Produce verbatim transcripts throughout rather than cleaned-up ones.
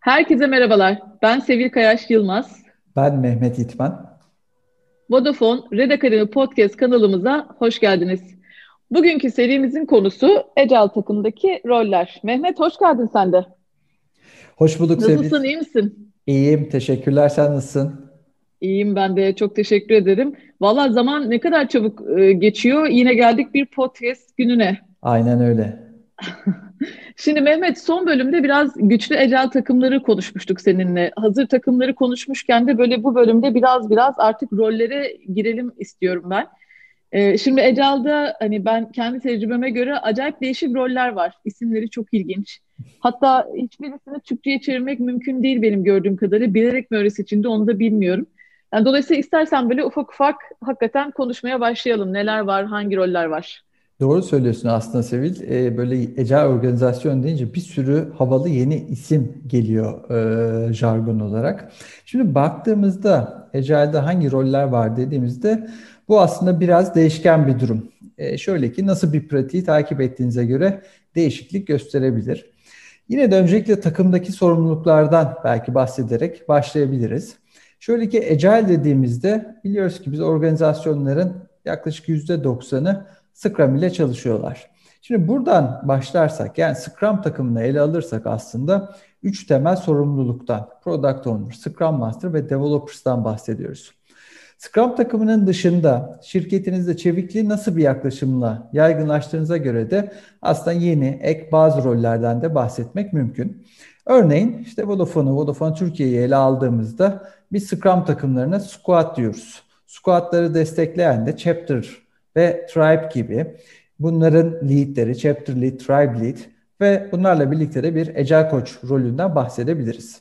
Herkese merhabalar. Ben Sevil Kayaş Yılmaz. Ben Mehmet İtmen. Vodafone Red Akademi Podcast kanalımıza hoş geldiniz. Bugünkü serimizin konusu Agile takımdaki roller. Mehmet hoş geldin sen de. Hoş bulduk Sevil. Nasılsın, iyi misin? İyiyim, teşekkürler. Sen nasılsın? İyiyim ben de çok teşekkür ederim. Valla zaman ne kadar çabuk e, geçiyor. Yine geldik bir podcast gününe. Aynen öyle. Şimdi Mehmet son bölümde biraz güçlü Agile takımları konuşmuştuk seninle. Hazır takımları konuşmuşken de böyle bu bölümde biraz biraz artık rollere girelim istiyorum ben. Ee, şimdi Ecal'da hani ben kendi tecrübeme göre acayip değişik roller var. İsimleri çok ilginç. Hatta hiçbirisini Türkçe'ye çevirmek mümkün değil benim gördüğüm kadarıyla. Bilerek mi öyle seçildi onu da bilmiyorum. Yani dolayısıyla istersen böyle ufak ufak hakikaten konuşmaya başlayalım. Neler var, hangi roller var? Doğru söylüyorsun aslında Sevil. Ee, böyle Agile organizasyon deyince bir sürü havalı yeni isim geliyor e, jargon olarak. Şimdi baktığımızda Agile'da hangi roller var dediğimizde bu aslında biraz değişken bir durum. E, şöyle ki nasıl bir pratiği takip ettiğinize göre değişiklik gösterebilir. Yine de öncelikle takımdaki sorumluluklardan belki bahsederek başlayabiliriz. Şöyle ki Agile dediğimizde biliyoruz ki biz organizasyonların yaklaşık yüzde doksanı Scrum ile çalışıyorlar. Şimdi buradan başlarsak yani Scrum takımını ele alırsak aslında üç temel sorumluluktan Product Owner, Scrum Master ve Developers'tan bahsediyoruz. Scrum takımının dışında şirketinizde çevikliği nasıl bir yaklaşımla yaygınlaştığınıza göre de aslında yeni ek bazı rollerden de bahsetmek mümkün. Örneğin işte Vodafone'u, Vodafone Türkiye'yi ele aldığımızda biz Scrum takımlarına Squad diyoruz. Squad'ları destekleyen de Chapter ve Tribe gibi bunların leadleri, Chapter Lead, Tribe Lead ve bunlarla birlikte de bir Agile Coach rolünden bahsedebiliriz.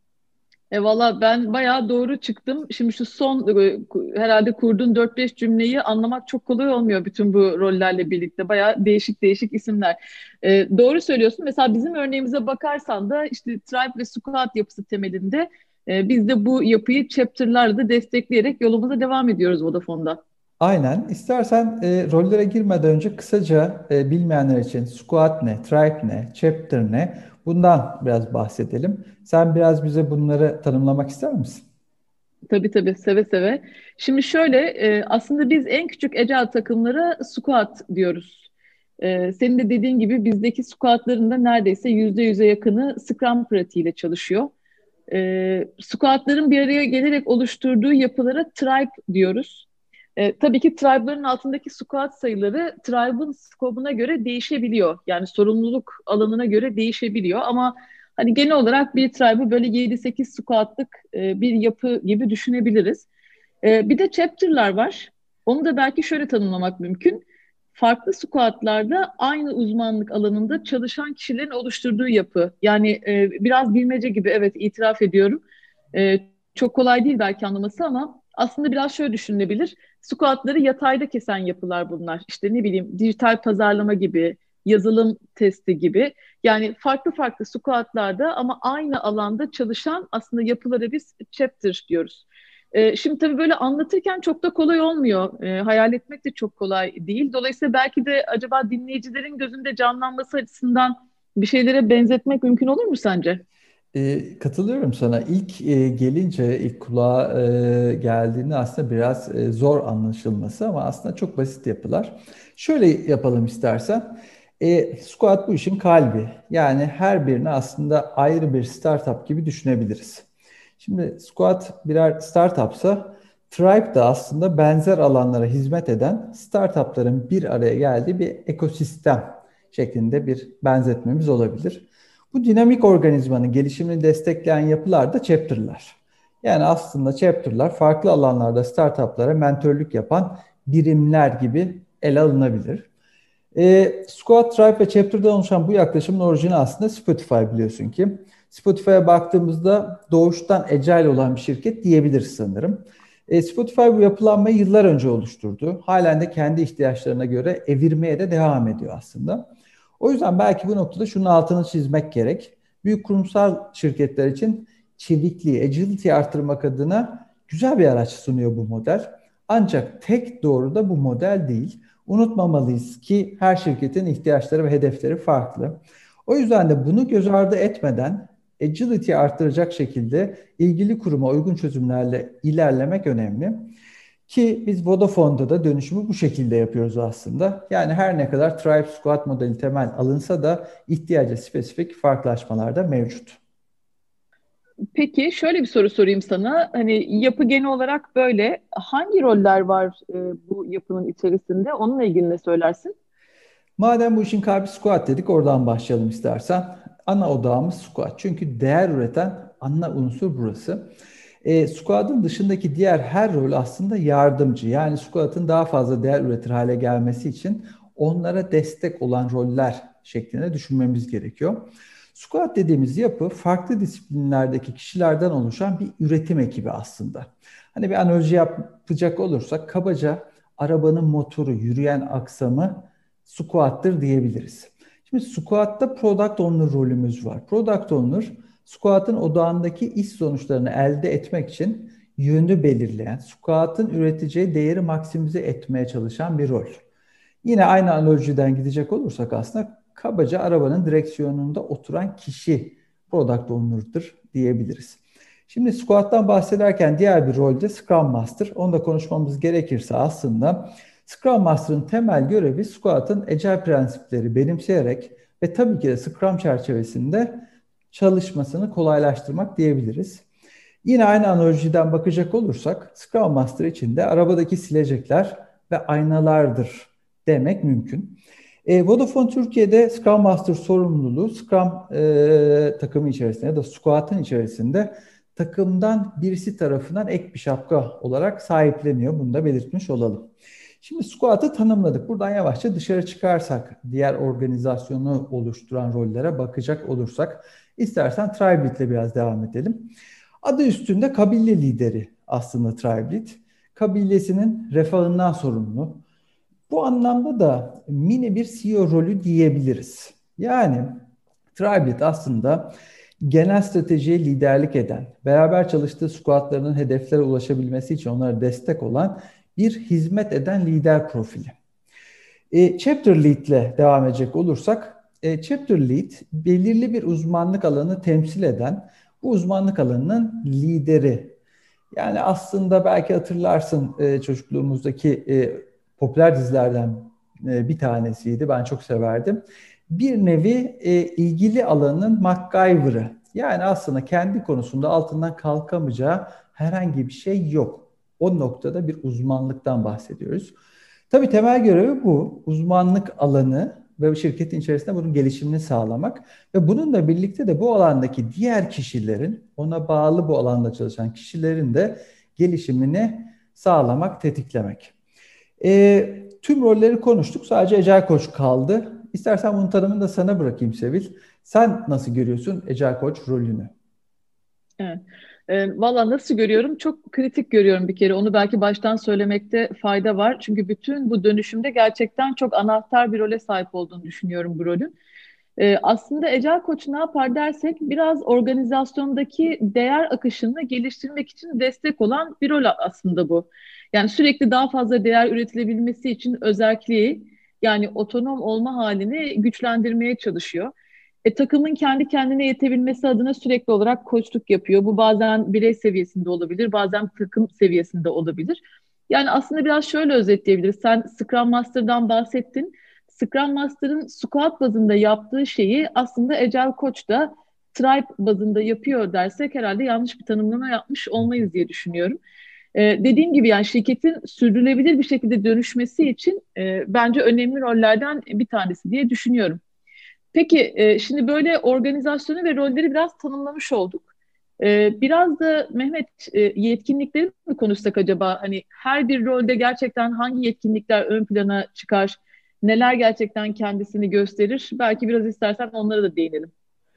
E valla ben bayağı doğru çıktım. Şimdi şu son e, ku- herhalde kurduğun dört beş cümleyi anlamak çok kolay olmuyor bütün bu rollerle birlikte. Bayağı değişik değişik isimler. E, doğru söylüyorsun. Mesela bizim örneğimize bakarsan da işte Tribe ve Squad yapısı temelinde e, biz de bu yapıyı chapter'larla da destekleyerek yolumuza devam ediyoruz Vodafone'da. Aynen. İstersen e, rollere girmeden önce kısaca e, bilmeyenler için squad ne, tribe ne, chapter ne bundan biraz bahsedelim. Sen biraz bize bunları tanımlamak ister misin? Tabii tabii seve seve. Şimdi şöyle e, aslında biz en küçük Agile takımlara squad diyoruz. E, senin de dediğin gibi bizdeki squadların da neredeyse yüzde yüze yakını Scrum pratiğiyle çalışıyor. E, squadların bir araya gelerek oluşturduğu yapılara tribe diyoruz. E, tabii ki tribe'ların altındaki squad sayıları tribe'ın scope'una göre değişebiliyor. Yani sorumluluk alanına göre değişebiliyor ama hani genel olarak bir tribe'ı böyle yedi sekiz squad'lık e, bir yapı gibi düşünebiliriz. E, bir de chapter'lar var. Onu da belki şöyle tanımlamak mümkün. Farklı squad'larda aynı uzmanlık alanında çalışan kişilerin oluşturduğu yapı. Yani e, biraz bilmece gibi, evet, itiraf ediyorum. E, Çok kolay değil belki anlaması ama aslında biraz şöyle düşünülebilir. Squatları yatayda kesen yapılar bunlar. İşte ne bileyim dijital pazarlama gibi, yazılım testi gibi. Yani farklı farklı squatlarda ama aynı alanda çalışan aslında yapılara biz chapter diyoruz. Ee, şimdi tabii böyle anlatırken çok da kolay olmuyor. Ee, hayal etmek de çok kolay değil. Dolayısıyla belki de acaba dinleyicilerin gözünde canlanması açısından bir şeylere benzetmek mümkün olur mu sence? E, katılıyorum sana. İlk e, gelince, ilk kulağa e, geldiğinde aslında biraz e, zor anlaşılması ama aslında çok basit yapılar. Şöyle yapalım istersen. E, Squad bu işin kalbi. Yani her birini aslında ayrı bir startup gibi düşünebiliriz. Şimdi Squad birer startupsa Tribe de aslında benzer alanlara hizmet eden startupların bir araya geldiği bir ekosistem şeklinde bir benzetmemiz olabilir. Bu dinamik organizmanın gelişimini destekleyen yapılar da chapter'lar. Yani aslında chapter'lar farklı alanlarda startuplara mentörlük yapan birimler gibi ele alınabilir. E, Squad, Tribe ve Chapter'dan oluşan bu yaklaşımın orijini aslında Spotify biliyorsun ki. Spotify'a baktığımızda doğuştan agile olan bir şirket diyebiliriz sanırım. E, Spotify bu yapılanmayı yıllar önce oluşturdu. Halen de kendi ihtiyaçlarına göre evirmeye de devam ediyor aslında. O yüzden belki bu noktada şunun altını çizmek gerek. Büyük kurumsal şirketler için çevikliği, agility artırmak adına güzel bir araç sunuyor bu model. Ancak tek doğru da bu model değil. Unutmamalıyız ki her şirketin ihtiyaçları ve hedefleri farklı. O yüzden de bunu göz ardı etmeden agility'yi arttıracak şekilde ilgili kuruma uygun çözümlerle ilerlemek önemli. Ki biz Vodafone'da da dönüşümü bu şekilde yapıyoruz aslında. Yani her ne kadar Tribe Squad modeli temel alınsa da ihtiyaca spesifik farklılaşmalar da mevcut. Peki şöyle bir soru sorayım sana. Hani yapı genel olarak böyle. Hangi roller var e, bu yapının içerisinde? Onunla ilgili ne söylersin? Madem bu işin kalbi squat dedik, oradan başlayalım istersen. Ana odağımız squat. Çünkü değer üreten ana unsur burası. E, squat'ın dışındaki diğer her rol aslında yardımcı. Yani squat'ın daha fazla değer üretir hale gelmesi için onlara destek olan roller şeklinde düşünmemiz gerekiyor. Squat dediğimiz yapı farklı disiplinlerdeki kişilerden oluşan bir üretim ekibi aslında. Hani bir analoji yapacak olursak kabaca arabanın motoru, yürüyen aksamı squat'tır diyebiliriz. Şimdi squat'ta product owner rolümüz var. Product owner squat'ın odağındaki iş sonuçlarını elde etmek için yönü belirleyen, squat'ın üreteceği değeri maksimize etmeye çalışan bir rol. Yine aynı analojiden gidecek olursak aslında kabaca arabanın direksiyonunda oturan kişi product owner'dır diyebiliriz. Şimdi squat'tan bahsederken diğer bir rolde Scrum Master. Onu da konuşmamız gerekirse aslında Scrum Master'ın temel görevi squat'ın agile prensipleri benimseyerek ve tabii ki de Scrum çerçevesinde çalışmasını kolaylaştırmak diyebiliriz. Yine aynı analojiden bakacak olursak Scrum Master için de arabadaki silecekler ve aynalardır demek mümkün. E, Vodafone Türkiye'de Scrum Master sorumluluğu Scrum e, takımı içerisinde ya da Squad'ın içerisinde takımdan birisi tarafından ek bir şapka olarak sahipleniyor. Bunu da belirtmiş olalım. Şimdi Squad'ı tanımladık. Buradan yavaşça dışarı çıkarsak, diğer organizasyonu oluşturan rollere bakacak olursak, istersen Tribe Lead ile biraz devam edelim. Adı üstünde kabile lideri aslında Tribe Lead. Kabilesinin refahından sorumlu. Bu anlamda da mini bir C E O rolü diyebiliriz. Yani Tribe Lead aslında genel stratejiye liderlik eden, beraber çalıştığı squadlarının hedeflere ulaşabilmesi için onlara destek olan bir hizmet eden lider profili. E, Chapter Lead ile devam edecek olursak, e, Chapter Lead belirli bir uzmanlık alanı temsil eden, bu uzmanlık alanının lideri. Yani aslında belki hatırlarsın e, çocukluğumuzdaki e, popüler dizilerden e, bir tanesiydi. Ben çok severdim. Bir nevi e, ilgili alanın MacGyver'ı. Yani aslında kendi konusunda altından kalkamayacağı herhangi bir şey yok. O noktada bir uzmanlıktan bahsediyoruz. Tabii temel görevi bu. Uzmanlık alanı ve şirketin içerisinde bunun gelişimini sağlamak ve bununla birlikte de bu alandaki diğer kişilerin, ona bağlı bu alanda çalışan kişilerin de gelişimini sağlamak, tetiklemek. E, tüm rolleri konuştuk. Sadece Agile Coach kaldı. İstersen bunun tanımını da sana bırakayım Sevil. Sen nasıl görüyorsun Agile Coach rolünü? Evet. E, valla nasıl görüyorum? Çok kritik görüyorum bir kere. Onu belki baştan söylemekte fayda var. Çünkü bütün bu dönüşümde gerçekten çok anahtar bir role sahip olduğunu düşünüyorum bu rolün. E, aslında Agile Coach ne yapar dersek biraz organizasyondaki değer akışını geliştirmek için destek olan bir rol aslında bu. Yani sürekli daha fazla değer üretilebilmesi için özelliği yani otonom olma halini güçlendirmeye çalışıyor. E, takımın kendi kendine yetebilmesi adına sürekli olarak koçluk yapıyor. Bu bazen birey seviyesinde olabilir, bazen takım seviyesinde olabilir. Yani aslında biraz şöyle özetleyebiliriz. Sen Scrum Master'dan bahsettin. Scrum Master'ın squad bazında yaptığı şeyi aslında Agile Coach da tribe bazında yapıyor dersek herhalde yanlış bir tanımlama yapmış olmayız diye düşünüyorum. Ee, dediğim gibi yani şirketin sürdürülebilir bir şekilde dönüşmesi için e, bence önemli rollerden bir tanesi diye düşünüyorum. Peki, e, şimdi böyle organizasyonu ve rolleri biraz tanımlamış olduk. E, biraz da Mehmet e, yetkinlikleri mi konuşsak acaba? Hani her bir rolde gerçekten hangi yetkinlikler ön plana çıkar? Neler gerçekten kendisini gösterir? Belki biraz istersen onlara da değinelim.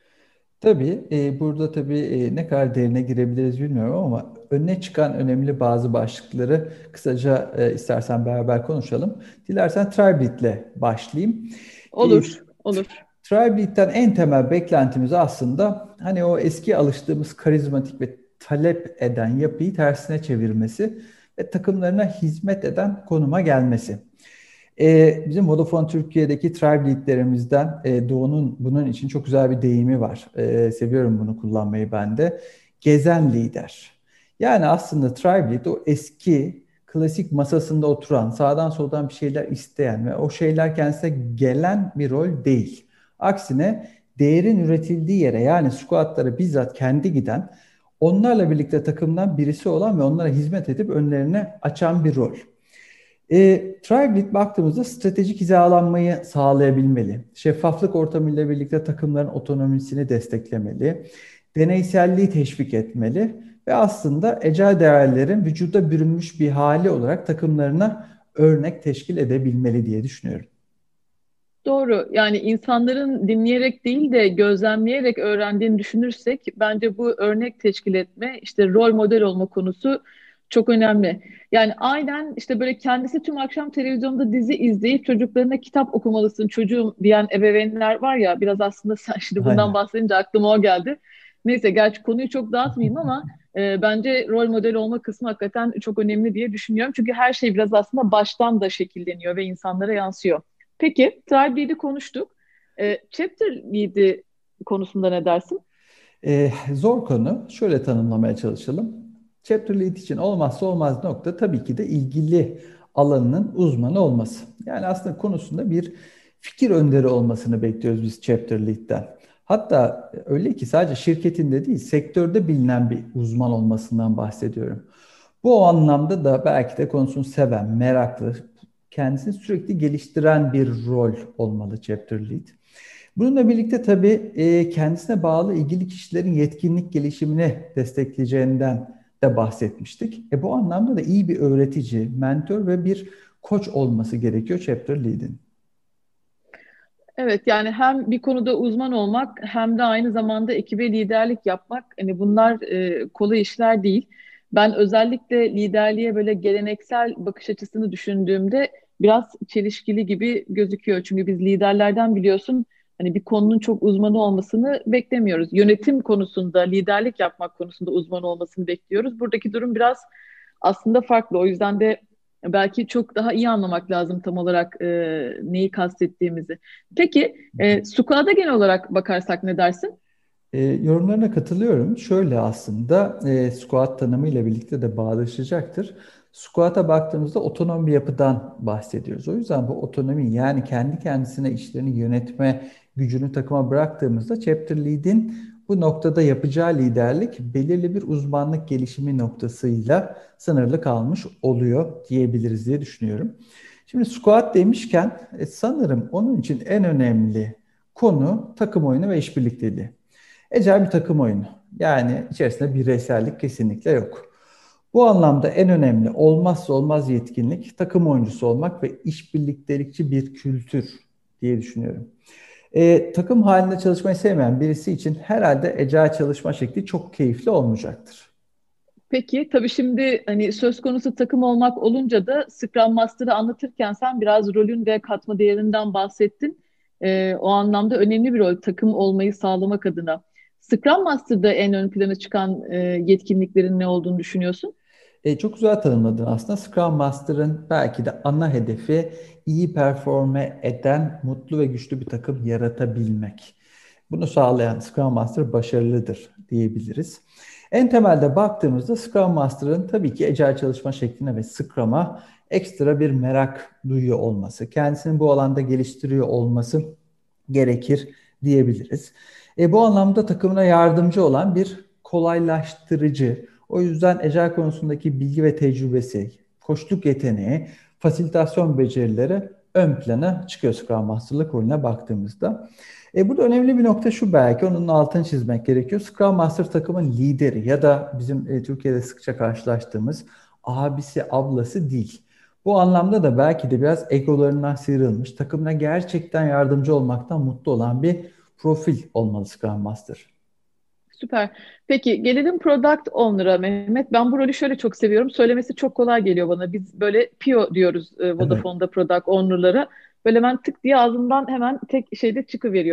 Tabii e, burada tabii e, ne kadar derine girebiliriz bilmiyorum ama öne çıkan önemli bazı başlıkları kısaca e, istersen beraber konuşalım. Dilersen Triblead ile başlayayım. E, Olur, olur. Triblead'den en temel beklentimiz aslında hani o eski alıştığımız karizmatik ve talep eden yapıyı tersine çevirmesi ve takımlarına hizmet eden konuma gelmesi. E, bizim Vodafone Türkiye'deki tribe leadlerimizden e, Doğu'nun bunun için çok güzel bir deyimi var. E, seviyorum bunu kullanmayı ben de. Gezen lider. Yani aslında tribe lead o eski klasik masasında oturan, sağdan soldan bir şeyler isteyen ve o şeyler kendisine gelen bir rol değil. Aksine değerin üretildiği yere yani squatlara bizzat kendi giden, onlarla birlikte takımdan birisi olan ve onlara hizmet edip önlerine açan bir rol. E, Tribelead baktığımızda stratejik hizalanmayı sağlayabilmeli. Şeffaflık ortamıyla birlikte takımların otonomisini desteklemeli. Deneyselliği teşvik etmeli. Ve aslında ecel değerlerin vücuda bürünmüş bir hali olarak takımlarına örnek teşkil edebilmeli diye düşünüyorum. Doğru. Yani insanların dinleyerek değil de gözlemleyerek öğrendiğini düşünürsek bence bu örnek teşkil etme, işte rol model olma konusu çok önemli. Yani aynen işte böyle kendisi tüm akşam televizyonda dizi izleyip çocuklarına kitap okumalısın çocuğum diyen ebeveynler var ya, biraz aslında sen şimdi bundan Aynen. bahsedince aklıma o geldi. Neyse, gerçi konuyu çok dağıtmayayım ama e, bence rol model olma kısmı hakikaten çok önemli diye düşünüyorum. Çünkü her şey biraz aslında baştan da şekilleniyor ve insanlara yansıyor. Peki, Tribe Lead'i konuştuk. E, Chapter Lead'i konusunda ne dersin? Ee, zor konu. Şöyle tanımlamaya çalışalım. Chapter Lead için olmazsa olmaz nokta tabii ki de ilgili alanının uzmanı olması. Yani aslında konusunda bir fikir önderi olmasını bekliyoruz biz Chapter Lead'den. Hatta öyle ki sadece şirketinde değil, sektörde bilinen bir uzman olmasından bahsediyorum. Bu o anlamda da belki de konusunu seven, meraklı, kendisini sürekli geliştiren bir rol olmalı Chapter Lead. Bununla birlikte tabii e, kendisine bağlı ilgili kişilerin yetkinlik gelişimini destekleyeceğinden de bahsetmiştik. E, bu anlamda da iyi bir öğretici, mentor ve bir koç olması gerekiyor Chapter Lead'in. Evet, yani hem bir konuda uzman olmak hem de aynı zamanda ekibe liderlik yapmak, hani bunlar e, kolay işler değil. Ben özellikle liderliğe böyle geleneksel bakış açısını düşündüğümde biraz çelişkili gibi gözüküyor. Çünkü biz liderlerden biliyorsun hani bir konunun çok uzmanı olmasını beklemiyoruz. Yönetim konusunda, liderlik yapmak konusunda uzman olmasını bekliyoruz. Buradaki durum biraz aslında farklı. O yüzden de belki çok daha iyi anlamak lazım tam olarak e, neyi kastettiğimizi. Peki, e, Suka'da genel olarak bakarsak ne dersin? E, yorumlarına katılıyorum. Şöyle aslında e, squat tanımıyla birlikte de bağdaşacaktır. Squat'a baktığımızda otonom bir yapıdan bahsediyoruz. O yüzden bu otonomi yani kendi kendisine işlerini yönetme gücünü takıma bıraktığımızda Chapter Lead'in bu noktada yapacağı liderlik belirli bir uzmanlık gelişimi noktasıyla sınırlı kalmış oluyor diyebiliriz diye düşünüyorum. Şimdi squat demişken e, sanırım onun için en önemli konu takım oyunu ve işbirlikteliği. Ecel bir takım oyunu. Yani içerisinde bireysellik kesinlikle yok. Bu anlamda en önemli olmazsa olmaz yetkinlik takım oyuncusu olmak ve işbirliktelikçi bir kültür diye düşünüyorum. E, takım halinde çalışmayı sevmeyen birisi için herhalde ecel çalışma şekli çok keyifli olmayacaktır. Peki, tabii şimdi hani söz konusu takım olmak olunca da Scrum Master'ı anlatırken sen biraz rolün ve katma değerinden bahsettin. E, o anlamda önemli bir rol takım olmayı sağlamak adına. Scrum Master'da en ön plana çıkan e, yetkinliklerin ne olduğunu düşünüyorsun? E, çok güzel tanımladın aslında. Scrum Master'ın belki de ana hedefi iyi performe eden, mutlu ve güçlü bir takım yaratabilmek. Bunu sağlayan Scrum Master başarılıdır diyebiliriz. En temelde baktığımızda Scrum Master'ın tabii ki Agile çalışma şekline ve Scrum'a ekstra bir merak duyuyor olması, kendisini bu alanda geliştiriyor olması gerekir diyebiliriz. E, bu anlamda takımına yardımcı olan bir kolaylaştırıcı. O yüzden Agile konusundaki bilgi ve tecrübesi, koçluk yeteneği, fasilitasyon becerileri ön plana çıkıyor Scrum Master'lık rolüne baktığımızda. E, burada önemli bir nokta şu, belki onun altını çizmek gerekiyor. Scrum Master takımın lideri ya da bizim e, Türkiye'de sıkça karşılaştığımız abisi, ablası değil. Bu anlamda da belki de biraz egolarından sıyrılmış, takımına gerçekten yardımcı olmaktan mutlu olan bir profil olmalı Scrum Master. Süper. Peki, gelelim Product Owner'a Mehmet. Ben bu rolü şöyle çok seviyorum. Söylemesi çok kolay geliyor bana. Biz böyle P O diyoruz e, Evet. Vodafone'da Product Owner'lara. Böyle hemen tık diye ağzımdan hemen tek şeyde çıkıveriyor.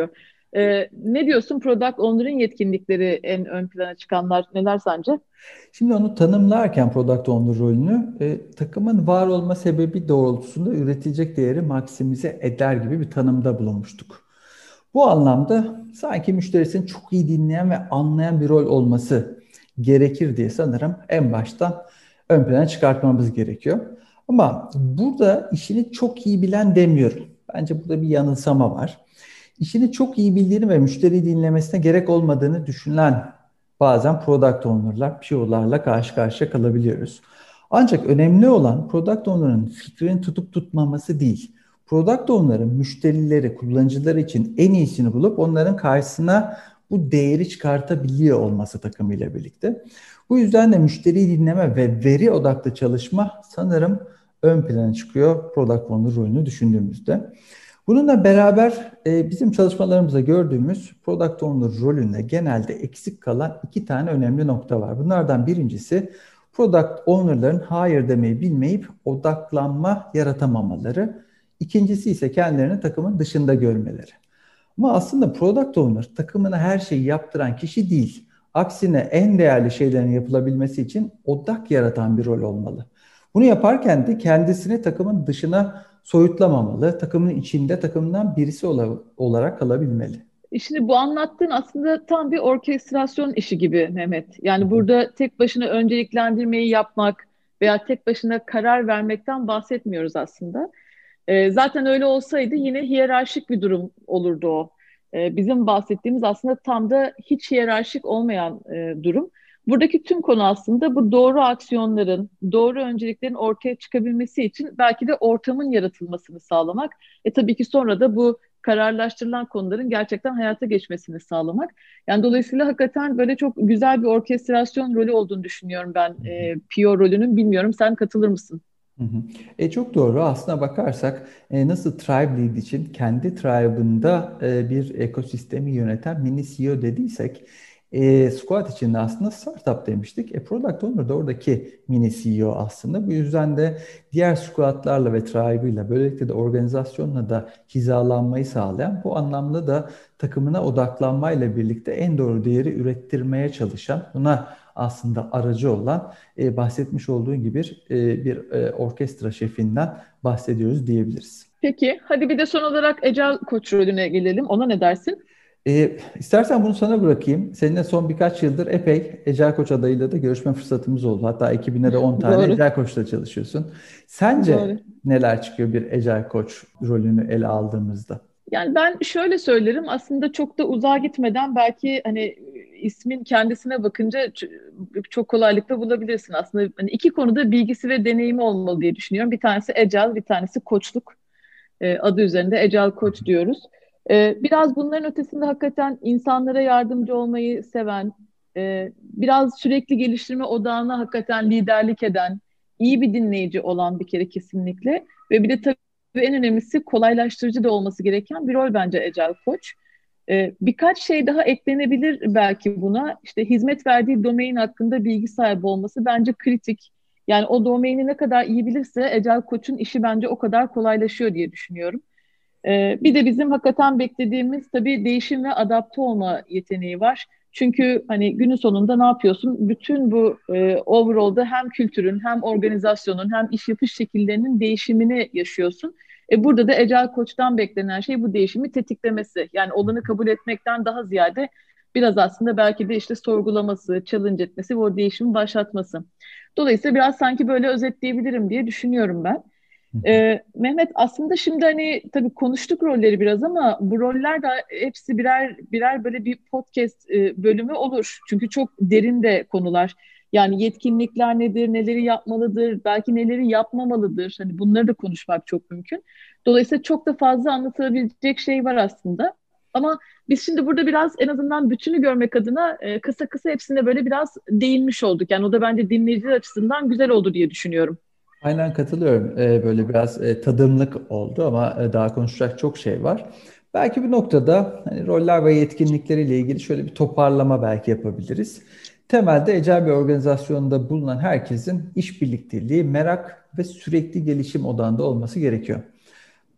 E, ne diyorsun? Product Owner'ın yetkinlikleri en ön plana çıkanlar neler sence? Şimdi onu tanımlarken Product Owner rolünü e, takımın var olma sebebi doğrultusunda üretilecek değeri maksimize eder gibi bir tanımda bulunmuştuk. Bu anlamda sanki müşterisini çok iyi dinleyen ve anlayan bir rol olması gerekir diye sanırım en baştan ön plana çıkartmamız gerekiyor. Ama burada işini çok iyi bilen demiyorum. Bence burada bir yanılsama var. İşini çok iyi bildiğini ve müşteriyi dinlemesine gerek olmadığını düşünen bazen product owner'lar, P O'larla karşı karşıya kalabiliyoruz. Ancak önemli olan product owner'ın fikrini tutup tutmaması değil. Product owner'ın müşterileri, kullanıcıları için en iyisini bulup onların karşısına bu değeri çıkartabiliyor olması takımıyla birlikte. Bu yüzden de müşteriyi dinleme ve veri odaklı çalışma sanırım ön plana çıkıyor product owner rolünü düşündüğümüzde. Bununla beraber e, bizim çalışmalarımızda gördüğümüz Product Owner rolünde genelde eksik kalan iki tane önemli nokta var. Bunlardan birincisi Product Owner'ların hayır demeyi bilmeyip odaklanma yaratamamaları. İkincisi ise kendilerini takımın dışında görmeleri. Ama aslında Product Owner takımına her şeyi yaptıran kişi değil. Aksine en değerli şeylerin yapılabilmesi için odak yaratan bir rol olmalı. Bunu yaparken de kendisini takımın dışına soyutlamamalı, takımın içinde takımdan birisi olarak kalabilmeli. E Şimdi bu anlattığın aslında tam bir orkestrasyon işi gibi Mehmet. Yani burada tek başına önceliklendirmeyi yapmak veya tek başına karar vermekten bahsetmiyoruz aslında. E, zaten öyle olsaydı yine hiyerarşik bir durum olurdu o. E, bizim bahsettiğimiz aslında tam da hiç hiyerarşik olmayan e, durum. Buradaki tüm konu aslında bu doğru aksiyonların, doğru önceliklerin ortaya çıkabilmesi için belki de ortamın yaratılmasını sağlamak. E tabii ki sonra da bu kararlaştırılan konuların gerçekten hayata geçmesini sağlamak. Yani dolayısıyla hakikaten böyle çok güzel bir orkestrasyon rolü olduğunu düşünüyorum ben e, P O rolünün. Bilmiyorum, sen katılır mısın? Hı hı. E, çok doğru. Aslına bakarsak e, nasıl Tribe Lead için kendi tribe'ında e, bir ekosistemi yöneten mini C E O dediysek e, Squad için de aslında startup demiştik. E, Product Owner da oradaki mini C E O aslında. Bu yüzden de diğer squadlarla ve tribe'ıyla böylelikle de organizasyonla da hizalanmayı sağlayan, bu anlamda da takımına odaklanmayla birlikte en doğru değeri ürettirmeye çalışan, buna aslında aracı olan e, bahsetmiş olduğun gibi e, bir e, orkestra şefinden bahsediyoruz diyebiliriz. Peki, hadi bir de son olarak Agile Koç rolüne gelelim. Ona ne dersin? E, istersen bunu sana bırakayım. Seninle son birkaç yıldır epey Ecel Koç adayıyla da görüşme fırsatımız oldu. Hatta ekibinde de on tane Doğru, Ecel Koç'la çalışıyorsun. Sence doğru. neler çıkıyor bir Ecel Koç rolünü ele aldığımızda? Yani ben şöyle söylerim, aslında çok da uzağa gitmeden belki hani ismin kendisine bakınca ç- çok kolaylıkla bulabilirsin. Aslında hani iki konuda bilgisi ve deneyimi olmalı diye düşünüyorum. Bir tanesi Agile, bir tanesi koçluk. E, adı üzerinde Agile Coach diyoruz. E, biraz bunların ötesinde hakikaten insanlara yardımcı olmayı seven, e, biraz sürekli geliştirme odağına hakikaten liderlik eden, iyi bir dinleyici olan bir kere kesinlikle. Ve bir de tabii en önemlisi kolaylaştırıcı da olması gereken bir rol bence Agile Coach. E, birkaç şey daha eklenebilir belki buna. İşte hizmet verdiği domain hakkında bilgi sahibi olması bence kritik. Yani o domaini ne kadar iyi bilirse Agile Koç'un işi bence o kadar kolaylaşıyor diye düşünüyorum. Ee, bir de bizim hakikaten beklediğimiz tabii değişim ve adapte olma yeteneği var. Çünkü hani günün sonunda ne yapıyorsun? Bütün bu e, overall'da hem kültürün hem organizasyonun hem iş yapış şekillerinin değişimini yaşıyorsun. E, burada da Agile Koç'tan beklenen şey bu değişimi tetiklemesi. Yani olanı kabul etmekten daha ziyade biraz aslında belki de işte sorgulaması, challenge etmesi ve o değişimi başlatması. Dolayısıyla biraz sanki böyle özetleyebilirim diye düşünüyorum ben. Ee, Mehmet, aslında şimdi hani tabii konuştuk rolleri biraz ama bu roller de hepsi birer birer böyle bir podcast e, bölümü olur. Çünkü çok derin de konular. Yani yetkinlikler nedir, neleri yapmalıdır, belki neleri yapmamalıdır. Hani bunları da konuşmak çok mümkün. Dolayısıyla çok da fazla anlatılabilecek şey var aslında. Ama biz şimdi burada biraz en azından bütünü görmek adına e, kısa kısa hepsine böyle biraz değinmiş olduk. Yani o da bence dinleyiciler açısından güzel oldu diye düşünüyorum. Aynen katılıyorum. Ee, böyle biraz e, tadımlık oldu ama e, daha konuşacak çok şey var. Belki bir noktada hani roller ve yetkinlikleriyle ilgili şöyle bir toparlama belki yapabiliriz. Temelde ecel bir organizasyonda bulunan herkesin iş birlikteliği, merak ve sürekli gelişim odağında olması gerekiyor.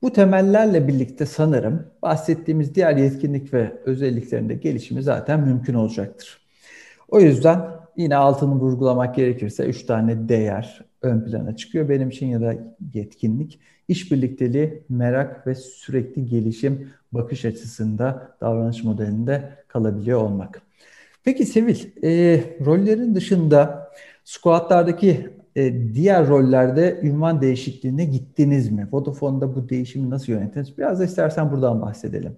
Bu temellerle birlikte sanırım bahsettiğimiz diğer yetkinlik ve özelliklerinde gelişimi zaten mümkün olacaktır. O yüzden yine altını vurgulamak gerekirse üç tane değer ön plana çıkıyor benim için ya da yetkinlik. İşbirlikteliği, merak ve sürekli gelişim bakış açısında, davranış modelinde kalabiliyor olmak. Peki Sevil, e, rollerin dışında squatlardaki e, diğer rollerde ünvan değişikliğine gittiniz mi? Vodafone'da bu değişimi nasıl yönettiniz? Biraz da istersen buradan bahsedelim.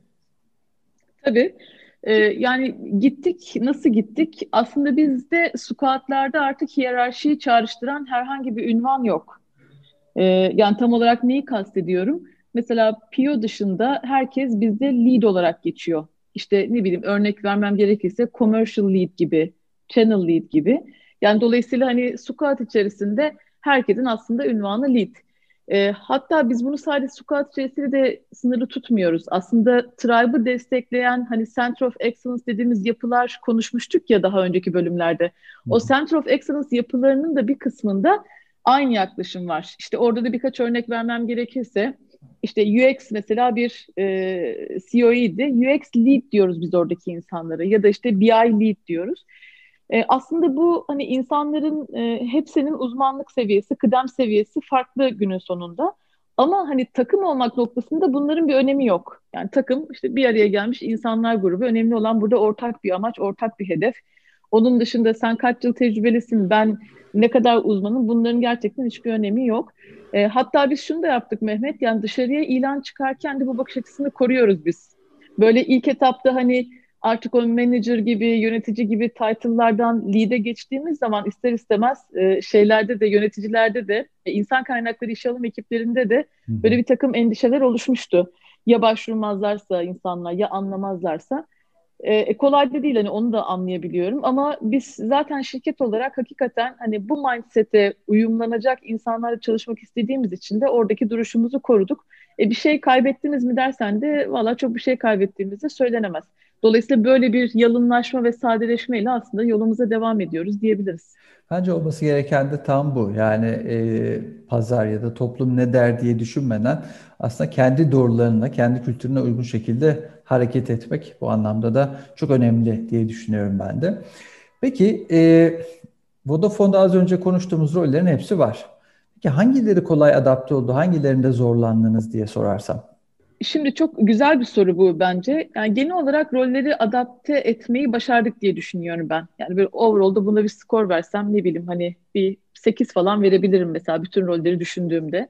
Tabii. Ee, yani gittik, nasıl gittik? Aslında bizde squatlarda artık hiyerarşiyi çağrıştıran herhangi bir ünvan yok. Ee, yani tam olarak neyi kastediyorum? Mesela P O dışında herkes bizde lead olarak geçiyor. İşte ne bileyim örnek vermem gerekirse commercial lead gibi, channel lead gibi. Yani dolayısıyla hani squad içerisinde herkesin aslında ünvanı lead. Ee, hatta biz bunu sadece squad içerisinde de sınırlı tutmuyoruz. Aslında tribe'ı destekleyen hani Center of Excellence dediğimiz yapılar konuşmuştuk ya daha önceki bölümlerde. Hı O hı. Center of Excellence yapılarının da bir kısmında aynı yaklaşım var. İşte orada da birkaç örnek vermem gerekirse, işte U X mesela bir e, C O E'ydi. U X lead diyoruz biz oradaki insanlara ya da işte B I lead diyoruz. E, aslında bu hani insanların e, hepsinin uzmanlık seviyesi, kıdem seviyesi farklı günün sonunda. Ama hani takım olmak noktasında bunların bir önemi yok. Yani takım işte bir araya gelmiş insanlar grubu. Önemli olan burada ortak bir amaç, ortak bir hedef. Onun dışında sen kaç yıl tecrübelisin, ben ne kadar uzmanım bunların gerçekten hiçbir önemi yok. E, hatta biz şunu da yaptık Mehmet, yani dışarıya ilan çıkarken de bu bakış açısını koruyoruz biz. Böyle ilk etapta hani artık o manager gibi, yönetici gibi title'lardan lead'e geçtiğimiz zaman ister istemez e, şeylerde de, yöneticilerde de, e, insan kaynakları işe alım ekiplerinde de Hı hı. böyle bir takım endişeler oluşmuştu. Ya başvurmazlarsa insanlar, ya anlamazlarsa. E, e, kolay da değil hani onu da anlayabiliyorum ama biz zaten şirket olarak hakikaten hani bu mindset'e uyumlanacak insanlarla çalışmak istediğimiz için de oradaki duruşumuzu koruduk. E, bir şey kaybettiniz mi dersen de valla çok bir şey kaybettiğimiz de söylenemez. Dolayısıyla böyle bir yalınlaşma ve sadeleşmeyle aslında yolumuza devam ediyoruz diyebiliriz. Bence olması gereken de tam bu. Yani e, pazar ya da toplum ne der diye düşünmeden aslında kendi doğrularına, kendi kültürüne uygun şekilde hareket etmek bu anlamda da çok önemli diye düşünüyorum ben de. Peki e, Vodafone'da az önce konuştuğumuz rollerin hepsi var. Peki hangileri kolay adapte oldu, hangilerinde zorlandınız diye sorarsam? Şimdi çok güzel bir soru bu bence. Yani genel olarak rolleri adapte etmeyi başardık diye düşünüyorum ben. Yani böyle overall'da buna bir skor versem ne bileyim hani bir sekiz falan verebilirim mesela bütün rolleri düşündüğümde.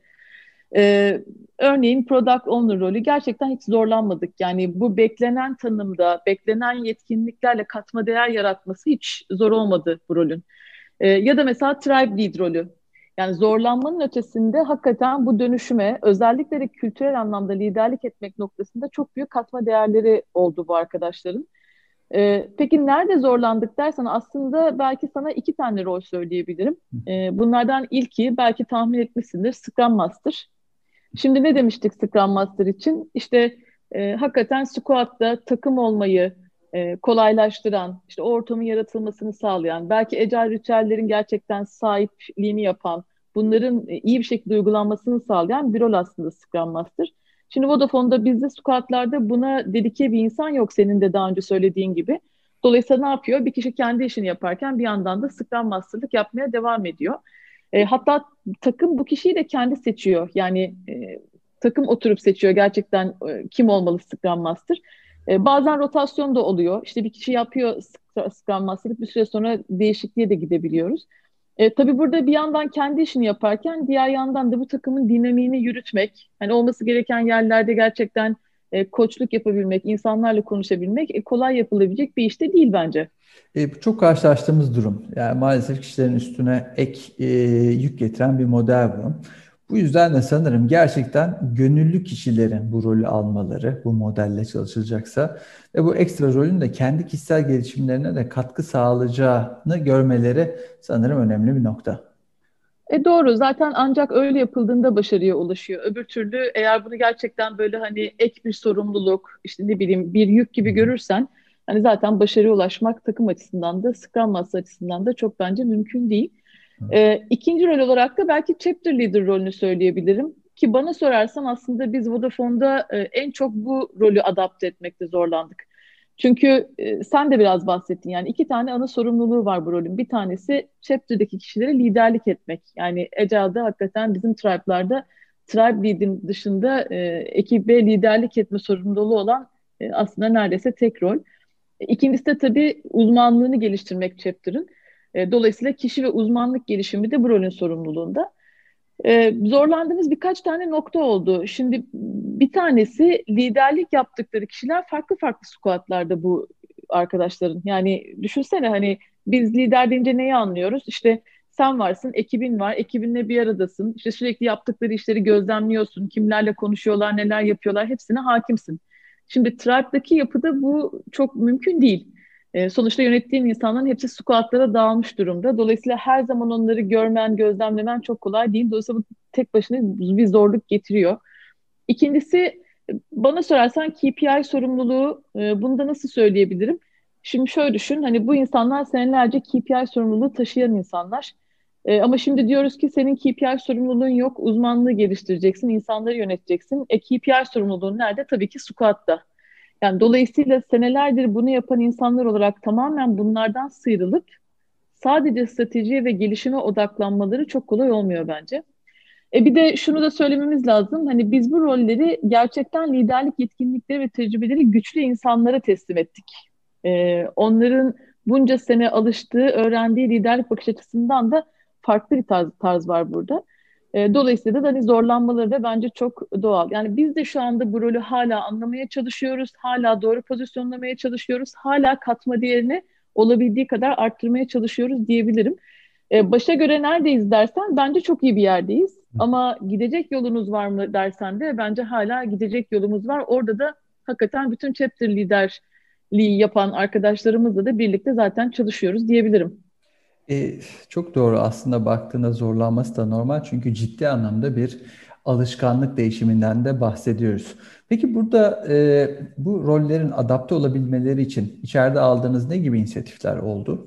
Ee, Örneğin Product Owner rolü gerçekten hiç zorlanmadık. Yani bu beklenen tanımda, beklenen yetkinliklerle katma değer yaratması hiç zor olmadı bu rolün. Ee, ya da mesela Tribe Lead rolü. Yani zorlanmanın ötesinde hakikaten bu dönüşüme özellikle de kültürel anlamda liderlik etmek noktasında çok büyük katma değerleri oldu bu arkadaşların. Ee, peki nerede zorlandık dersen aslında belki sana iki tane rol söyleyebilirim. Ee, bunlardan ilki belki tahmin etmişsindir Scrum Master. Şimdi ne demiştik Scrum Master için? İşte e, hakikaten squad'da takım olmayı e, kolaylaştıran, işte o ortamın yaratılmasını sağlayan, belki agile ritüellerin gerçekten sahipliğini yapan, bunların e, iyi bir şekilde uygulanmasını sağlayan bir rol aslında Scrum Master. Şimdi Vodafone'da bizde squad'larda buna dedike bir insan yok senin de daha önce söylediğin gibi. Dolayısıyla ne yapıyor? Bir kişi kendi işini yaparken bir yandan da Scrum Master'lık yapmaya devam ediyor. E, hatta takım bu kişiyi de kendi seçiyor. Yani e, takım oturup seçiyor gerçekten e, kim olmalı Scrum Master. E, bazen rotasyon da oluyor. İşte bir kişi yapıyor Scrum Master'lık bir süre sonra değişikliğe de gidebiliyoruz. E, tabii burada bir yandan kendi işini yaparken diğer yandan da bu takımın dinamiğini yürütmek, hani olması gereken yerlerde gerçekten e, koçluk yapabilmek, insanlarla konuşabilmek e, kolay yapılabilecek bir iş de değil bence. E, bu çok karşılaştığımız durum. Yani maalesef kişilerin üstüne ek e, yük getiren bir model bu. Bu yüzden de sanırım gerçekten gönüllü kişilerin bu rolü almaları, bu modelle çalışılacaksa ve bu ekstra rolün de kendi kişisel gelişimlerine de katkı sağlayacağını görmeleri sanırım önemli bir nokta. E doğru. Zaten ancak öyle yapıldığında başarıya ulaşıyor. Öbür türlü eğer bunu gerçekten böyle hani ek bir sorumluluk, işte ne bileyim bir yük Hı gibi hı. görürsen hani zaten başarıya ulaşmak takım açısından da Scrum Master açısından da çok bence mümkün değil. Evet. E, ikinci rol olarak da belki chapter leader rolünü söyleyebilirim. Ki bana sorarsan aslında biz Vodafone'da e, en çok bu rolü adapte etmekte zorlandık. Çünkü e, sen de biraz bahsettin, yani iki tane ana sorumluluğu var bu rolün. Bir tanesi chapter'daki kişilere liderlik etmek. Yani Agile'da hakikaten bizim tribe'larda tribe lead'in dışında e, ekibe liderlik etme sorumluluğu olan e, aslında neredeyse tek rol. E, İkincisi de tabii uzmanlığını geliştirmek chapter'ın. E, dolayısıyla kişi ve uzmanlık gelişimi de bu rolün sorumluluğunda. Ee, zorlandığımız birkaç tane nokta oldu. Şimdi bir tanesi, liderlik yaptıkları kişiler farklı farklı squadlarda bu arkadaşların. Yani düşünsene, hani biz lider deyince neyi anlıyoruz? İşte sen varsın, ekibin var, ekibinle bir aradasın. İşte sürekli yaptıkları işleri gözlemliyorsun. Kimlerle konuşuyorlar, neler yapıyorlar, hepsine hakimsin. Şimdi Tribe'daki yapıda bu çok mümkün değil. E, sonuçta yönettiğin insanların hepsi squadlara dağılmış durumda. Dolayısıyla her zaman onları görmen, gözlemlemen çok kolay değil. Dolayısıyla bu tek başına bir zorluk getiriyor. İkincisi, bana sorarsan K P I sorumluluğu, e, bunu da nasıl söyleyebilirim? Şimdi şöyle düşün, hani bu insanlar senelerce K P I sorumluluğu taşıyan insanlar. E, ama şimdi diyoruz ki senin K P I sorumluluğun yok, uzmanlığı geliştireceksin, insanları yöneteceksin. E, K P I sorumluluğun nerede? Tabii ki squad'da. Yani dolayısıyla senelerdir bunu yapan insanlar olarak tamamen bunlardan sıyrılıp sadece stratejiye ve gelişime odaklanmaları çok kolay olmuyor bence. E bir de şunu da söylememiz lazım. Hani biz bu rolleri gerçekten liderlik yetkinlikleri ve tecrübeleri güçlü insanlara teslim ettik. E, onların bunca sene alıştığı, öğrendiği liderlik bakış açısından da farklı bir tarz, tarz var burada. E, dolayısıyla da hani zorlanmaları da bence çok doğal. Yani biz de şu anda bu rolü hala anlamaya çalışıyoruz. Hala doğru pozisyonlamaya çalışıyoruz. Hala katma değerini olabildiği kadar arttırmaya çalışıyoruz diyebilirim. E, başa göre neredeyiz dersen bence çok iyi bir yerdeyiz. Ama gidecek yolunuz var mı dersen de bence hala gidecek yolumuz var. Orada da hakikaten bütün chapter liderliği yapan arkadaşlarımızla da birlikte zaten çalışıyoruz diyebilirim. E, Çok doğru, aslında baktığında zorlanması da normal çünkü ciddi anlamda bir alışkanlık değişiminden de bahsediyoruz. Peki burada e, bu rollerin adapte olabilmeleri için içeride aldığınız ne gibi inisiyatifler oldu?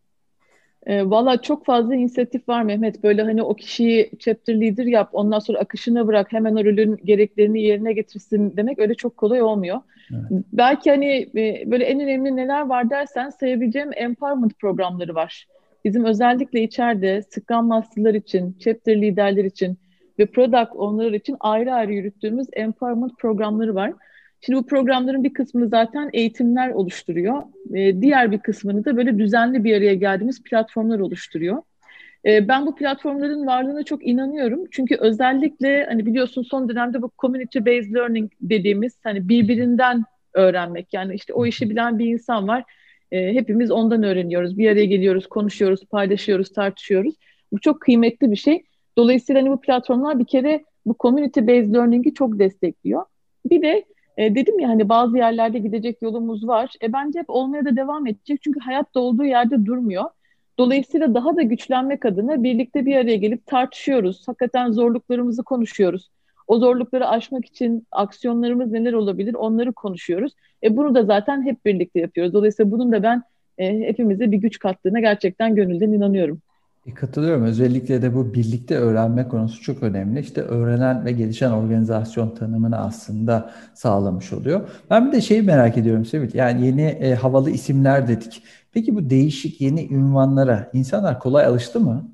E, valla çok fazla inisiyatif var Mehmet. Böyle hani o kişiyi chapter leader yap, ondan sonra akışına bırak, hemen o rolün gereklerini yerine getirsin demek öyle çok kolay olmuyor. Evet. Belki hani e, böyle en önemli neler var dersen sayabileceğim empowerment programları var. Bizim özellikle içeride Scrum Master'lar için, chapter liderler için ve product owner'lar için ayrı ayrı yürüttüğümüz empowerment programları var. Şimdi bu programların bir kısmını zaten eğitimler oluşturuyor. E, diğer bir kısmını da böyle düzenli bir araya geldiğimiz platformlar oluşturuyor. E, ben bu platformların varlığına çok inanıyorum. Çünkü özellikle hani biliyorsun son dönemde bu community based learning dediğimiz hani birbirinden öğrenmek. Yani işte o işi bilen bir insan var. E, hepimiz ondan öğreniyoruz. Bir araya geliyoruz, konuşuyoruz, paylaşıyoruz, tartışıyoruz. Bu çok kıymetli bir şey. Dolayısıyla hani bu platformlar bir kere bu community based learning'i çok destekliyor. Bir de e, dedim ya hani bazı yerlerde gidecek yolumuz var. E, bence hep olmaya da devam edecek. Çünkü hayat da olduğu yerde durmuyor. Dolayısıyla daha da güçlenmek adına birlikte bir araya gelip tartışıyoruz. Hakikaten zorluklarımızı konuşuyoruz. O zorlukları aşmak için aksiyonlarımız neler olabilir, onları konuşuyoruz. E bunu da zaten hep birlikte yapıyoruz. Dolayısıyla bunun da ben e, hepimize bir güç kattığına gerçekten gönülden inanıyorum. E, katılıyorum. Özellikle de bu birlikte öğrenme konusu çok önemli. İşte öğrenen ve gelişen organizasyon tanımını aslında sağlamış oluyor. Ben bir de şeyi merak ediyorum Sevil. Yani yeni e, havalı isimler dedik. Peki bu değişik yeni ünvanlara insanlar kolay alıştı mı?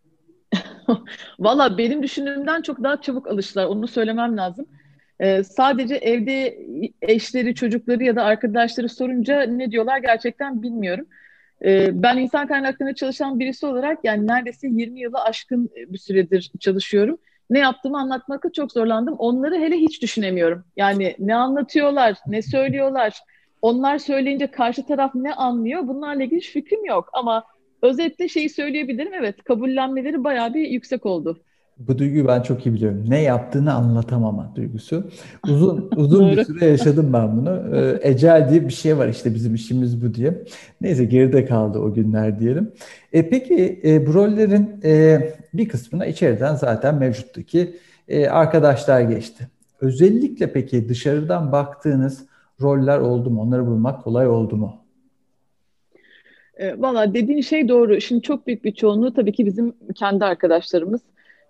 Valla benim düşündüğümden çok daha çabuk alıştılar. Onu söylemem lazım. Ee, sadece evde eşleri, çocukları ya da arkadaşları sorunca ne diyorlar gerçekten bilmiyorum. Ee, ben insan kaynaklarında çalışan birisi olarak yani neredeyse yirmi yılı aşkın bir süredir çalışıyorum. Ne yaptığımı anlatmakta çok zorlandım. Onları hele hiç düşünemiyorum. Yani ne anlatıyorlar, ne söylüyorlar. Onlar söyleyince karşı taraf ne anlıyor? Bunlarla ilgili hiç fikrim yok. Ama özetle şeyi söyleyebilirim. Evet, kabullenmeleri bayağı bir yüksek oldu. Bu duyguyu ben çok iyi biliyorum. Ne yaptığını anlatamama duygusu. Uzun uzun bir Doğru. süre yaşadım ben bunu. Ee, ecel diye bir şey var, işte bizim işimiz bu diye. Neyse, geride kaldı o günler diyelim. E, peki e, bu rollerin e, bir kısmına içeriden zaten mevcuttaki e, arkadaşlar geçti. Özellikle peki dışarıdan baktığınız roller oldu mu? Onları bulmak kolay oldu mu? E, valla dediğin şey doğru. Şimdi çok büyük bir çoğunluğu tabii ki bizim kendi arkadaşlarımız.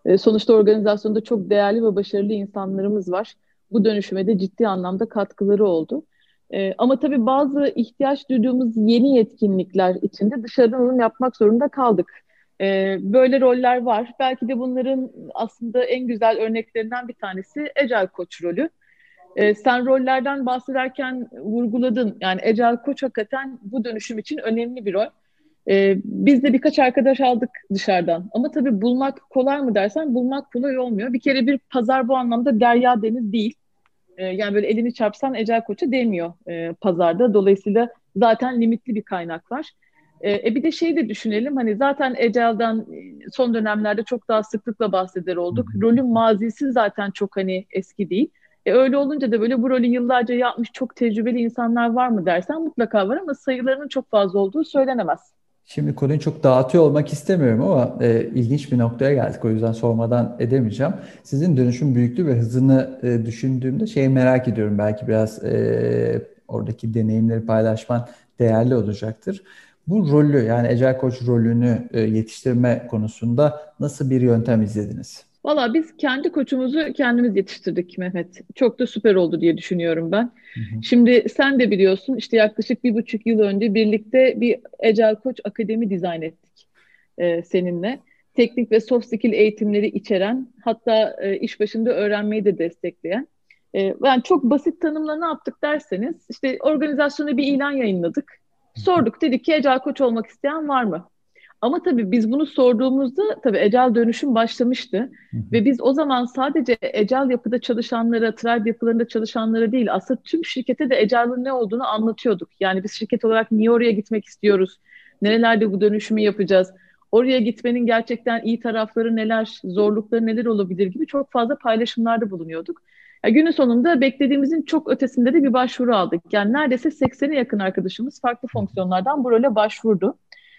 E, sonuçta organizasyonda çok değerli ve başarılı insanlarımız var. Bu dönüşüme de ciddi anlamda katkıları oldu. E, ama tabii bazı ihtiyaç duyduğumuz yeni yetkinlikler içinde dışarıdan alım yapmak zorunda kaldık. E, böyle roller var. Belki de bunların aslında en güzel örneklerinden bir tanesi Agile Coach rolü. E, sen rollerden bahsederken vurguladın. Yani Agile Coach hakikaten bu dönüşüm için önemli bir rol. E, biz de birkaç arkadaş aldık dışarıdan. Ama tabii bulmak kolay mı dersen bulmak kolay olmuyor. Bir kere bir pazar bu anlamda derya deniz değil. E, yani böyle elini çarpsan Agile Coach'a değmiyor e, pazarda. Dolayısıyla zaten limitli bir kaynak var. E, e bir de şey de düşünelim, hani zaten Agile'dan e, son dönemlerde çok daha sıklıkla bahseder Hı olduk. hı. Rolün mazisi zaten çok hani eski değil. E, öyle olunca da böyle bu rolü yıllarca yapmış çok tecrübeli insanlar var mı dersen mutlaka var ama sayılarının çok fazla olduğu söylenemez. Şimdi konuyu çok dağıtıyor olmak istemiyorum ama e, ilginç bir noktaya geldik. O yüzden sormadan edemeyeceğim. Sizin dönüşüm büyüklüğü ve hızını e, düşündüğümde şeyi merak ediyorum. Belki biraz e, oradaki deneyimleri paylaşman değerli olacaktır. Bu rolü yani Agile Coach rolünü e, yetiştirme konusunda nasıl bir yöntem izlediniz? Valla biz kendi koçumuzu kendimiz yetiştirdik Mehmet. Çok da süper oldu diye düşünüyorum ben. Hı hı. Şimdi sen de biliyorsun işte yaklaşık bir buçuk yıl önce birlikte bir Agile Coach Akademi dizayn ettik e, seninle. Teknik ve soft skill eğitimleri içeren, hatta e, iş başında öğrenmeyi de destekleyen. E, yani çok basit tanımla ne yaptık derseniz işte organizasyona bir ilan yayınladık. Sorduk, dedik ki Agile Coach olmak isteyen var mı? Ama tabii biz bunu sorduğumuzda tabii ecel dönüşüm başlamıştı. Hı hı. Ve biz o zaman sadece ecel yapıda çalışanlara, tribe yapılarında çalışanlara değil, aslında tüm şirkete de ecelin ne olduğunu anlatıyorduk. Yani biz şirket olarak niye oraya gitmek istiyoruz? Nerelerde bu dönüşümü yapacağız? Oraya gitmenin gerçekten iyi tarafları neler, zorlukları neler olabilir gibi çok fazla paylaşımlarda bulunuyorduk. Ya günün sonunda beklediğimizin çok ötesinde de bir başvuru aldık. Yani neredeyse seksene yakın arkadaşımız farklı fonksiyonlardan bu role başvurdu.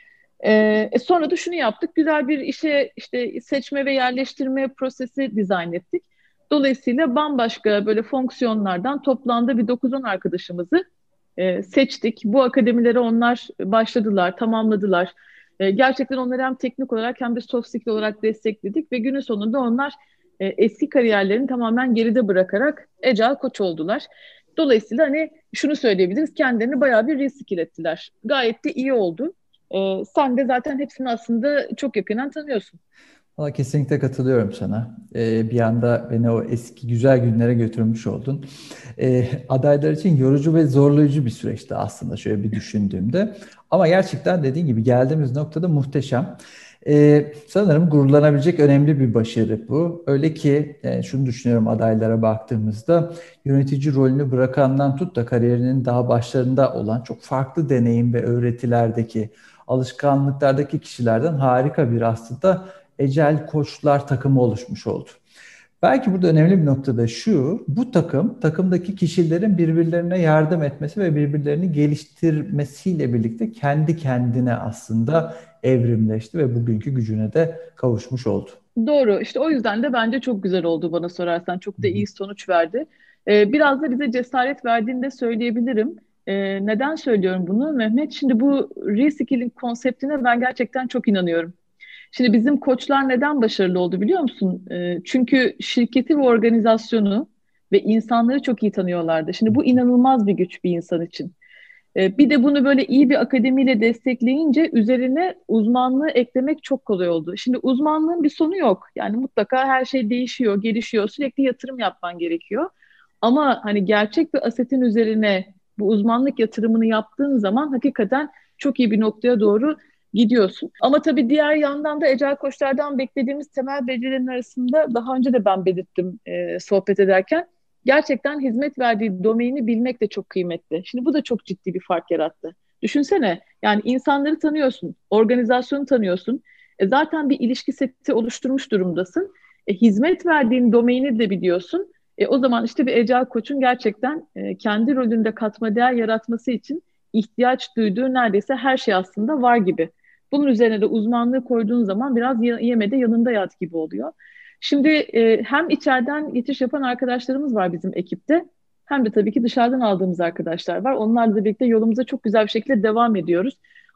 Ee, e, sonra da şunu yaptık. Güzel bir işe işte seçme ve yerleştirme prosesi dizayn ettik. Dolayısıyla bambaşka böyle fonksiyonlardan toplamda bir dokuz on arkadaşımızı e, seçtik. Bu akademilere onlar başladılar, tamamladılar. E, gerçekten onları hem teknik olarak hem de soft skill olarak destekledik ve günün sonunda onlar e, eski kariyerlerini tamamen geride bırakarak Agile koç oldular. Dolayısıyla hani şunu söyleyebiliriz, kendilerini bayağı bir reskill ettiler. Gayet de iyi oldu. Ee, sen de zaten hepsini aslında çok yakından tanıyorsun. Valla kesinlikle katılıyorum sana. Ee, bir anda beni o eski güzel günlere götürmüş oldun. Ee, adaylar için yorucu ve zorlayıcı bir süreçti aslında şöyle bir düşündüğümde. Ama gerçekten dediğin gibi geldiğimiz noktada muhteşem. Ee, sanırım gururlanabilecek önemli bir başarı bu. Öyle ki e, şunu düşünüyorum adaylara baktığımızda yönetici rolünü bırakandan tut da kariyerinin daha başlarında olan çok farklı deneyim ve öğretilerdeki, alışkanlıklardaki kişilerden harika bir aslında ecel koçlar takımı oluşmuş oldu. Belki burada önemli bir nokta da şu, bu takım, takımdaki kişilerin birbirlerine yardım etmesi ve birbirlerini geliştirmesiyle birlikte kendi kendine aslında evrimleşti ve bugünkü gücüne de kavuşmuş oldu. Doğru. İşte o yüzden de bence çok güzel oldu bana sorarsan. Çok da iyi sonuç verdi. Ee, biraz da bize cesaret verdiğini de söyleyebilirim. Ee, neden söylüyorum bunu Mehmet? Şimdi bu reskilling konseptine ben gerçekten çok inanıyorum. Şimdi bizim koçlar neden başarılı oldu biliyor musun? Ee, çünkü şirketi ve organizasyonu ve insanları çok iyi tanıyorlardı. Şimdi bu inanılmaz bir güç bir insan için. Ee, bir de bunu böyle iyi bir akademiyle destekleyince üzerine uzmanlığı eklemek çok kolay oldu. Şimdi uzmanlığın bir sonu yok. Yani mutlaka her şey değişiyor, gelişiyor. Sürekli yatırım yapman gerekiyor. Ama hani gerçek bir asetin üzerine bu uzmanlık yatırımını yaptığın zaman hakikaten çok iyi bir noktaya doğru gidiyorsun. Ama tabii diğer yandan da Ecel Koçlardan beklediğimiz temel becerilerin arasında daha önce de ben belirttim e, sohbet ederken gerçekten hizmet verdiği domaini bilmek de çok kıymetli. Şimdi bu da çok ciddi bir fark yarattı. Düşünsene yani insanları tanıyorsun, organizasyonu tanıyorsun. E, zaten bir ilişki seti oluşturmuş durumdasın. E, hizmet verdiğin domaini de biliyorsun. E, o zaman işte bir Agile koçun gerçekten e, kendi rolünde katma değer yaratması için ihtiyaç duyduğu neredeyse her şey aslında var gibi. Bunun üzerine de uzmanlığı koyduğun zaman biraz yemede yanında yat gibi oluyor. Şimdi e, hem içeriden geçiş yapan arkadaşlarımız var bizim ekipte, hem de tabii ki dışarıdan aldığımız arkadaşlar var. Onlarla da birlikte yolumuza çok güzel bir şekilde devam ediyoruz.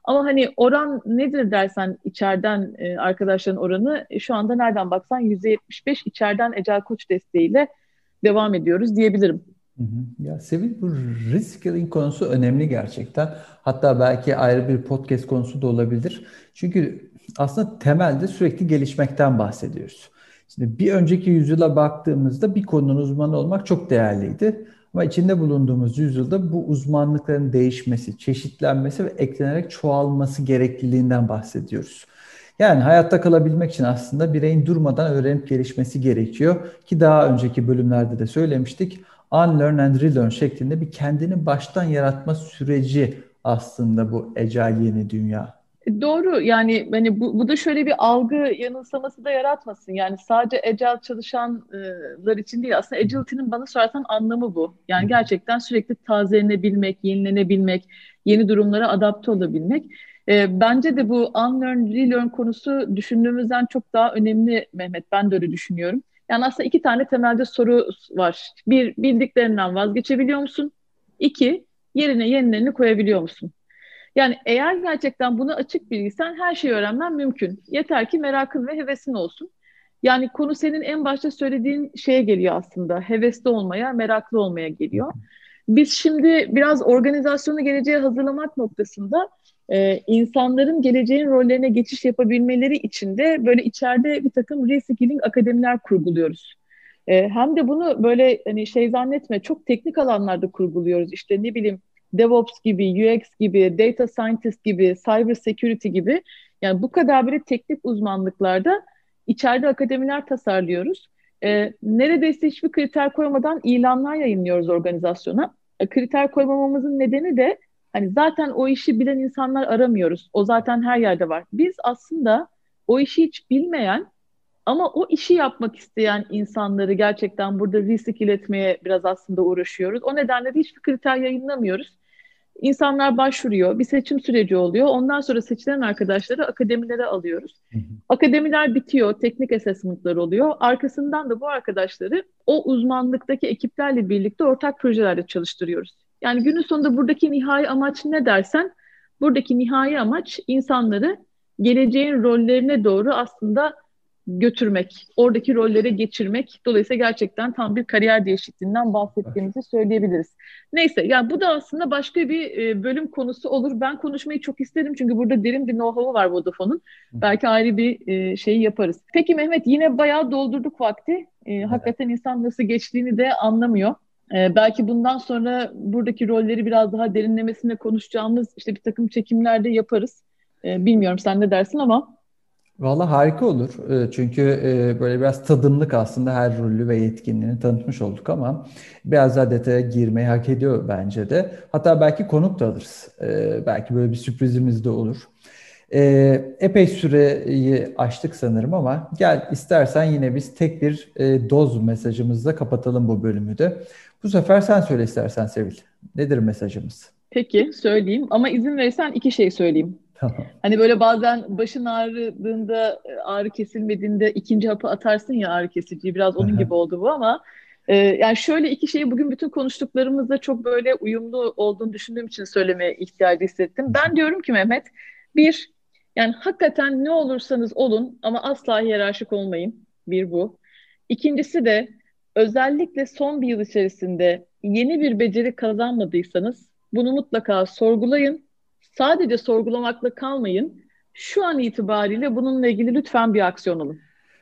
Ama hani oran nedir dersen içeriden e, arkadaşların oranı e, şu anda nereden baksan yüzde yetmiş beş içeriden Ecel Koç desteğiyle devam ediyoruz diyebilirim. Hı hı. Ya Sevil, bu reskilling konusu önemli gerçekten. Hatta belki ayrı bir podcast konusu da olabilir. Çünkü aslında temelde sürekli gelişmekten bahsediyoruz. Şimdi bir önceki yüzyıla baktığımızda bir konunun uzmanı olmak çok değerliydi. Ama içinde bulunduğumuz yüzyılda bu uzmanlıkların değişmesi, çeşitlenmesi ve eklenerek çoğalması gerekliliğinden bahsediyoruz. Yani hayatta kalabilmek için aslında bireyin durmadan öğrenip gelişmesi gerekiyor ki daha önceki bölümlerde de söylemiştik. Unlearn and relearn şeklinde bir kendini baştan yaratma süreci aslında bu Agile yeni dünya. E, Doğru yani hani bu, bu da şöyle bir algı yanılsaması da yaratmasın. Yani sadece Agile çalışanlar için değil aslında Agility'nin bana sorarsan anlamı bu. Yani gerçekten sürekli tazelenebilmek, yenilenebilmek, yeni durumlara adapte olabilmek. E, bence de bu unlearn, relearn konusu düşündüğümüzden çok daha önemli Mehmet. Ben de öyle düşünüyorum. Yani aslında iki tane temelde soru var. Bir, bildiklerinden vazgeçebiliyor musun? İki, yerine yenilerini koyabiliyor musun? Yani eğer gerçekten buna açık bilgisen her şeyi öğrenmen mümkün. Yeter ki merakın ve hevesin olsun. Yani konu senin en başta söylediğin şeye geliyor aslında. Hevesli olmaya, meraklı olmaya geliyor. Biz şimdi biraz organizasyonu geleceğe hazırlamak noktasında e, insanların geleceğin rollerine geçiş yapabilmeleri için de böyle içeride bir takım reskilling akademiler kurguluyoruz. E, hem de bunu böyle hani şey zannetme çok teknik alanlarda kurguluyoruz. İşte ne bileyim DevOps gibi, U X gibi, Data Scientist gibi, Cyber Security gibi. Yani bu kadar böyle teknik uzmanlıklarda içeride akademiler tasarlıyoruz. E, neredeyse hiçbir kriter koymadan ilanlar yayınlıyoruz organizasyona. E, kriter koymamamızın nedeni de hani zaten o işi bilen insanlar aramıyoruz. O zaten her yerde var. Biz aslında o işi hiç bilmeyen ama o işi yapmak isteyen insanları gerçekten burada reskill etmeye biraz aslında uğraşıyoruz. O nedenle de hiçbir kriter yayınlamıyoruz. İnsanlar başvuruyor, bir seçim süreci oluyor. Ondan sonra seçilen arkadaşları akademilere alıyoruz. Akademiler bitiyor, teknik assessment'lar oluyor. Arkasından da bu arkadaşları o uzmanlıktaki ekiplerle birlikte ortak projelerde çalıştırıyoruz. Yani günün sonunda buradaki nihai amaç ne dersen, buradaki nihai amaç insanları geleceğin rollerine doğru aslında götürmek, oradaki rollere geçirmek. Dolayısıyla gerçekten tam bir kariyer değişikliğinden bahsettiğimizi söyleyebiliriz. Neyse, yani bu da aslında başka bir e, bölüm konusu olur. Ben konuşmayı çok isterim çünkü burada derin bir know-how'u var Vodafone'un. Belki ayrı bir e, şey yaparız. Peki Mehmet, yine bayağı doldurduk vakti. E, hakikaten insan nasıl geçtiğini de anlamıyor. E, belki bundan sonra buradaki rolleri biraz daha derinlemesine konuşacağımız işte bir takım çekimlerde yaparız. E, bilmiyorum sen ne dersin ama. Valla harika olur. E, Çünkü e, böyle biraz tadımlık aslında her rolü ve yetkinliğini tanıtmış olduk ama biraz daha detaya girmeyi hak ediyor bence de. Hatta belki konuk da alırız. E, Belki böyle bir sürprizimiz de olur. E, Epey süreyi aştık sanırım ama gel istersen yine biz tek bir e, doz mesajımızla kapatalım bu bölümü de. Bu sefer sen söyle istersen Sevil. Nedir mesajımız? Peki söyleyeyim ama izin verirsen iki şey söyleyeyim. Tamam. Hani böyle bazen başın ağrıdığında, e, ağrı kesilmediğinde ikinci hapı atarsın ya ağrı kesiciyi. Biraz onun gibi oldu bu ama e, yani şöyle iki şeyi bugün bütün konuştuklarımızda çok böyle uyumlu olduğunu düşündüğüm için söylemeye ihtiyacı hissettim. Ben diyorum ki Mehmet, bir, yani hakikaten ne olursanız olun ama asla hiyerarşik olmayın. Bir bu. İkincisi de özellikle son bir yıl içerisinde yeni bir beceri kazanmadıysanız bunu mutlaka sorgulayın. Sadece sorgulamakla kalmayın. Şu an itibariyle bununla ilgili lütfen bir aksiyon alın.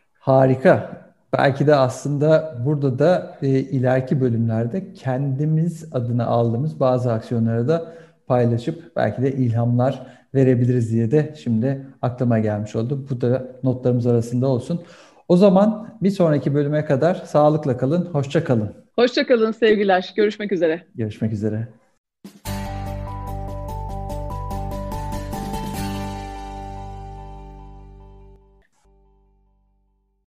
Harika. Belki de aslında burada da e, ileriki bölümlerde kendimiz adına aldığımız bazı aksiyonları da paylaşıp belki de ilhamlar verebiliriz diye de şimdi aklıma gelmiş oldu. Bu da notlarımız arasında olsun. O zaman bir sonraki bölüme kadar sağlıkla kalın, hoşça kalın. Hoşça kalın sevgiler. Görüşmek üzere. Görüşmek üzere.